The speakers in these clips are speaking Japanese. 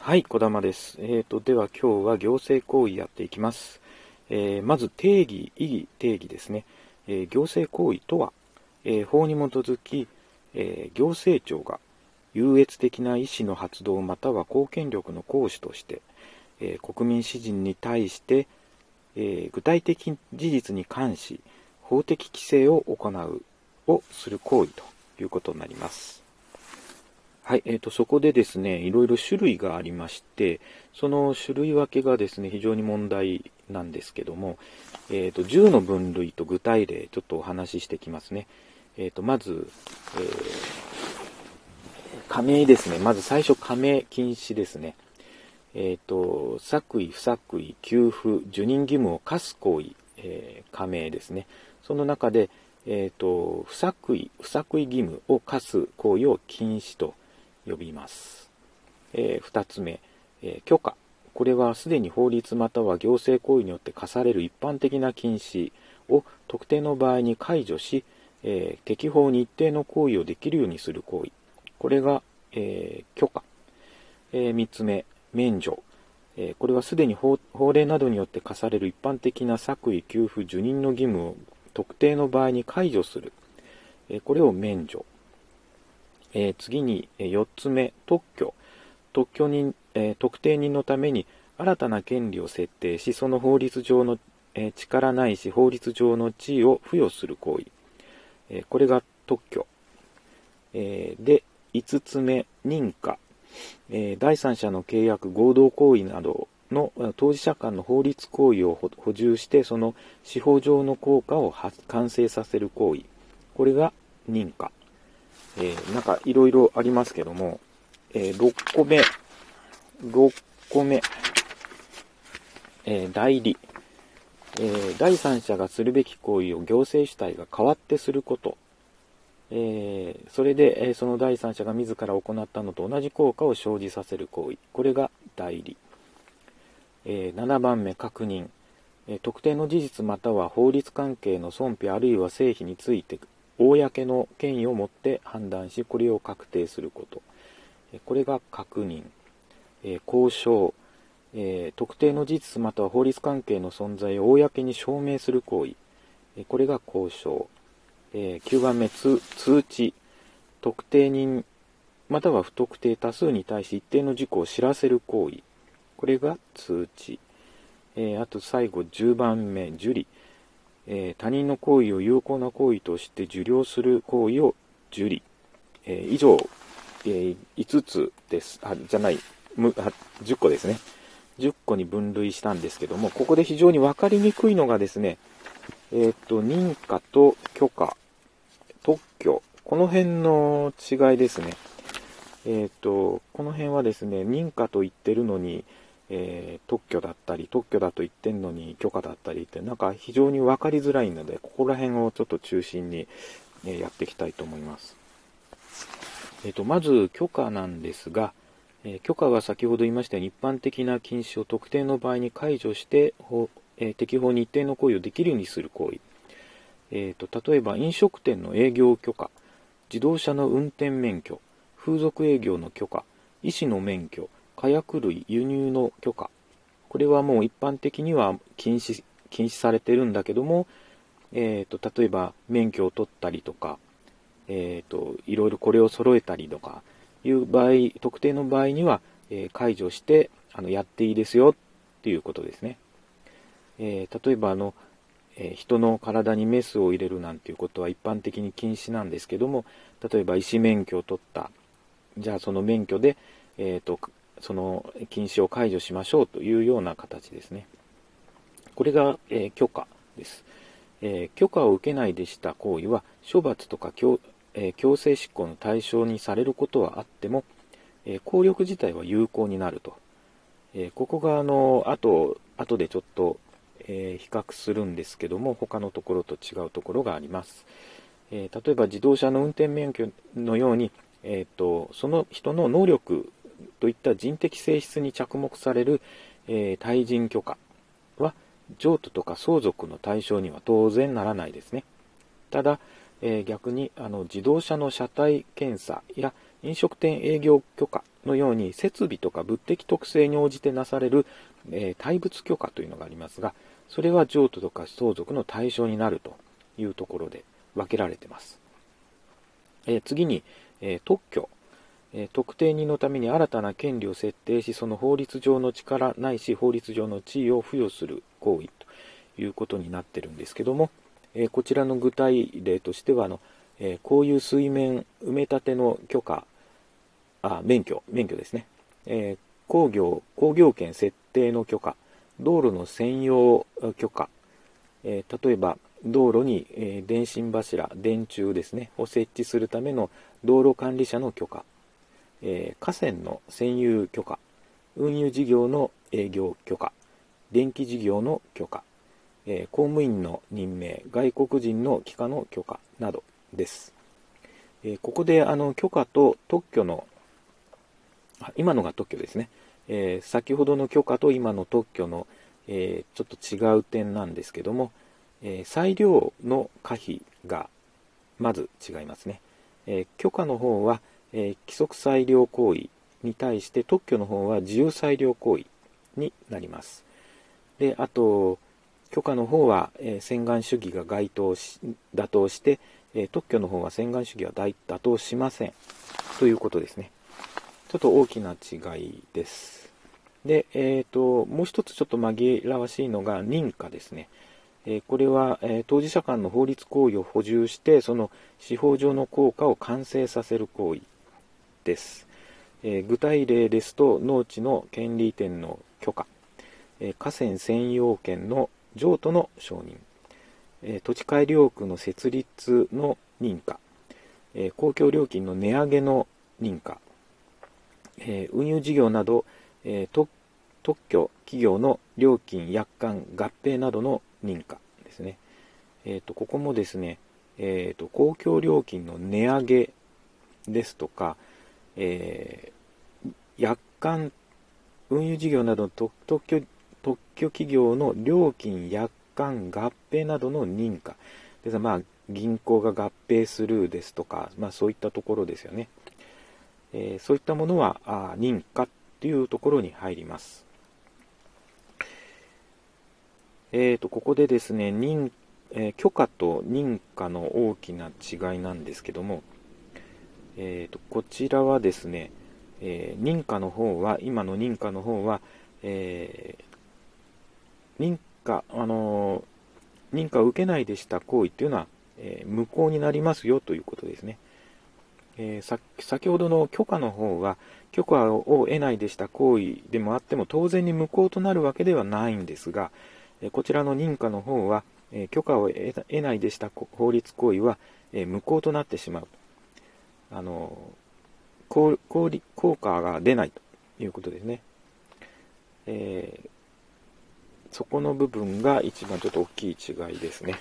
はい、小玉です。では今日は行政行為やっていきます。まず定義、意義、定義ですね。行政行為とは、法に基づき、行政庁が優越的な意思の発動または公権力の行使として、国民支人に対して、具体的事実に関し、法的規制を行うをする行為ということになります。はい、そこでですね、いろいろ種類がありまして、その種類分けがですね、非常に問題なんですけども、10の分類と具体例、ちょっとお話ししてきますね。まず、加盟ですね。まず最初、加盟禁止ですね。作為、不作為、給付、受任義務を課す行為、加盟ですね。その中で、不作為義務を課す行為を禁止と呼びます。2つ目、許可。これはすでに法律または行政行為によって課される一般的な禁止を特定の場合に解除し、適法に一定の行為をできるようにする行為。これが、許可。3つ目、免除。これはすでに法令などによって課される一般的な作為、給付、受任の義務を特定の場合に解除する。これを免除。次に4つ目、特許。特定人のために新たな権利を設定し、その法律上の力ないし法律上の地位を付与する行為。これが特許。で、5つ目、認可。第三者の契約、合同行為などの当事者間の法律行為を補充して、その司法上の効果を完成させる行為。これが認可。なんかいろいろありますけども、6個目、代理。第三者がするべき行為を行政主体が代わってすること。それで、その第三者が自ら行ったのと同じ効果を生じさせる行為。これが代理。7番目、確認。特定の事実または法律関係の損否あるいは成否について、公の権威をもって判断し、これを確定すること。これが確認。交渉。特定の事実または法律関係の存在を公に証明する行為。これが交渉。9番目、通知。特定人または不特定多数に対し一定の事項を知らせる行為。これが通知。あと最後10番目、受理。他人の行為を有効な行為として受領する行為を受理。以上、5つです。10個ですね。10個に分類したんですけども、ここで非常に分かりにくいのがですね、認可と許可、特許、この辺の違いですね。この辺はですね、認可と言ってるのに、特許だったり、特許だと言ってんのに許可だったりって、なんか非常に分かりづらいので、ここら辺をちょっと中心に、やっていきたいと思います。まず許可なんですが、許可は先ほど言いましたように一般的な禁止を特定の場合に解除して適法に一定の行為をできるようにする行為。例えば飲食店の営業許可、自動車の運転免許、風俗営業の許可、医師の免許、火薬類輸入の許可。これはもう一般的には禁止されてるんだけども、例えば免許を取ったりとか、いろいろこれを揃えたりとかいう場合、特定の場合には、解除してやっていいですよっていうことですね。例えば人の体にメスを入れるなんていうことは一般的に禁止なんですけども、例えば医師免許を取った。じゃあその免許で、その禁止を解除しましょうというような形ですね。これが、許可です。許可を受けないでした行為は処罰とか強制執行の対象にされることはあっても、効力自体は有効になると。ここが後でちょっと、比較するんですけども、他のところと違うところがあります。例えば自動車の運転免許のように、その人の能力といった人的性質に着目される、対人許可は譲渡とか相続の対象には当然ならないですね。ただ、逆に自動車の車体検査や飲食店営業許可のように設備とか物的特性に応じてなされる、対物許可というのがありますが、それは譲渡とか相続の対象になるというところで分けられています。次に、特許。特定人のために新たな権利を設定し、その法律上の力ないし法律上の地位を付与する行為ということになっているんですけども、こちらの具体例としてはこういう水面埋め立ての許可、免許ですね、工業権設定の許可、道路の専用許可、例えば道路に、電信柱、電柱ですねを設置するための道路管理者の許可、河川の占有許可、運輸事業の営業許可、電気事業の許可、公務員の任命、外国人の帰化の許可などです。ここで許可と特許の、今のが特許ですね。先ほどの許可と今の特許の、ちょっと違う点なんですけども、裁量の可否がまず違いますね。許可の方は規則裁量行為に対して特許の方は自由裁量行為になります。で、あと許可の方は洗顔主義が妥当して、特許の方は洗顔主義は妥当しませんということですね。ちょっと大きな違いです。で、もう一つちょっと紛らわしいのが認可ですね。これは、当事者間の法律行為を補充してその司法上の効果を完成させる行為です。具体例ですと農地の権利権の許可、河川占用権の譲渡の承認、土地改良区の設立の認可、公共料金の値上げの認可、運輸事業など、特許企業の料金約款合併などの認可ですね。ここもですね、公共料金の値上げですとか、約款運輸事業などの特許企業の料金約款合併などの認可です。銀行が合併するですとか、そういったところですよね。そういったものは認可っていうところに入ります。ここでですね、許可と認可の大きな違いなんですけども、こちらはですね、今の認可の方は、認可を受けないでした行為というのは、無効になりますよということですね。先ほどの許可の方は許可を得ないでした行為でもあっても当然に無効となるわけではないんですが、こちらの認可の方は許可を得ないでした法律行為は無効となってしまう。効果が出ないということですね。そこの部分が一番ちょっと大きい違いですね。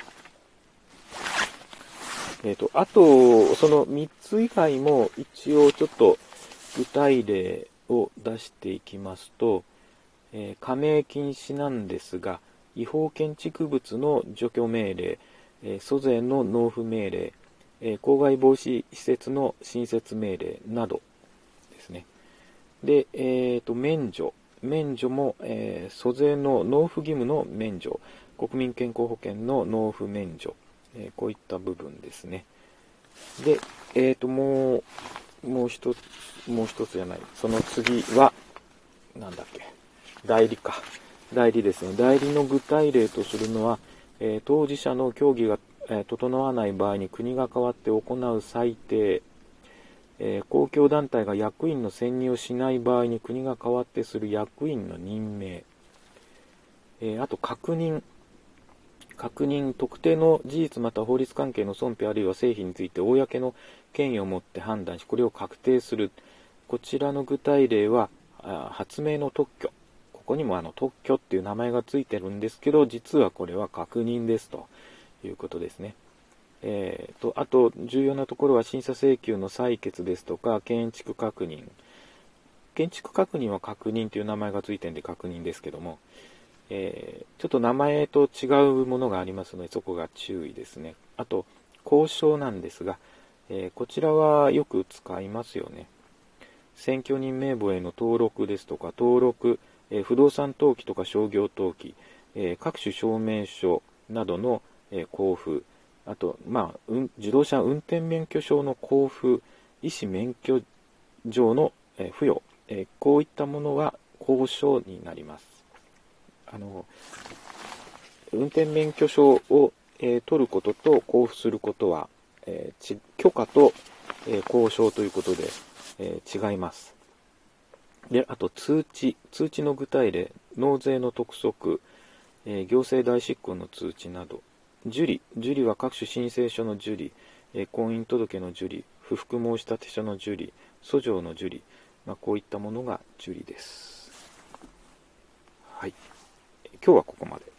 あと、その3つ以外も一応ちょっと具体例を出していきますと、加盟禁止なんですが、違法建築物の除去命令、租税の納付命令、公害防止施設の新設命令などですね。で、免除も、租税の納付義務の免除、国民健康保険の納付免除、こういった部分ですね。で、もう一つじゃない。その次は、なんだっけ。代理ですね。代理の具体例とするのは、当事者の協議が、整わない場合に国が代わって行う裁定、公共団体が役員の選任をしない場合に国が代わってする役員の任命、あと確認、特定の事実また法律関係の損否あるいは成否について公の権威をもって判断し、これを確定する。こちらの具体例は、発明の特許。ここにも特許っていう名前がついてるんですけど、実はこれは確認ですということですね。あと重要なところは審査請求の採決ですとか、建築確認。建築確認は確認という名前がついてるんで確認ですけども、ちょっと名前と違うものがありますので、そこが注意ですね。あと、交渉なんですが、 こちらはよく使いますよね。選挙人名簿への登録ですとか、登録、不動産登記とか商業登記、各種証明書などの、交付、あと、自動車運転免許証の交付、医師免許状の、付与、こういったものは交渉になります。運転免許証を、取ることと交付することは、許可と、交渉ということで、違います。で、あと通知の具体例、納税の督促、行政代執行の通知など、受理は各種申請書の受理、婚姻届の受理、不服申立書の受理、訴状の受理、こういったものが受理です。はい。今日はここまで。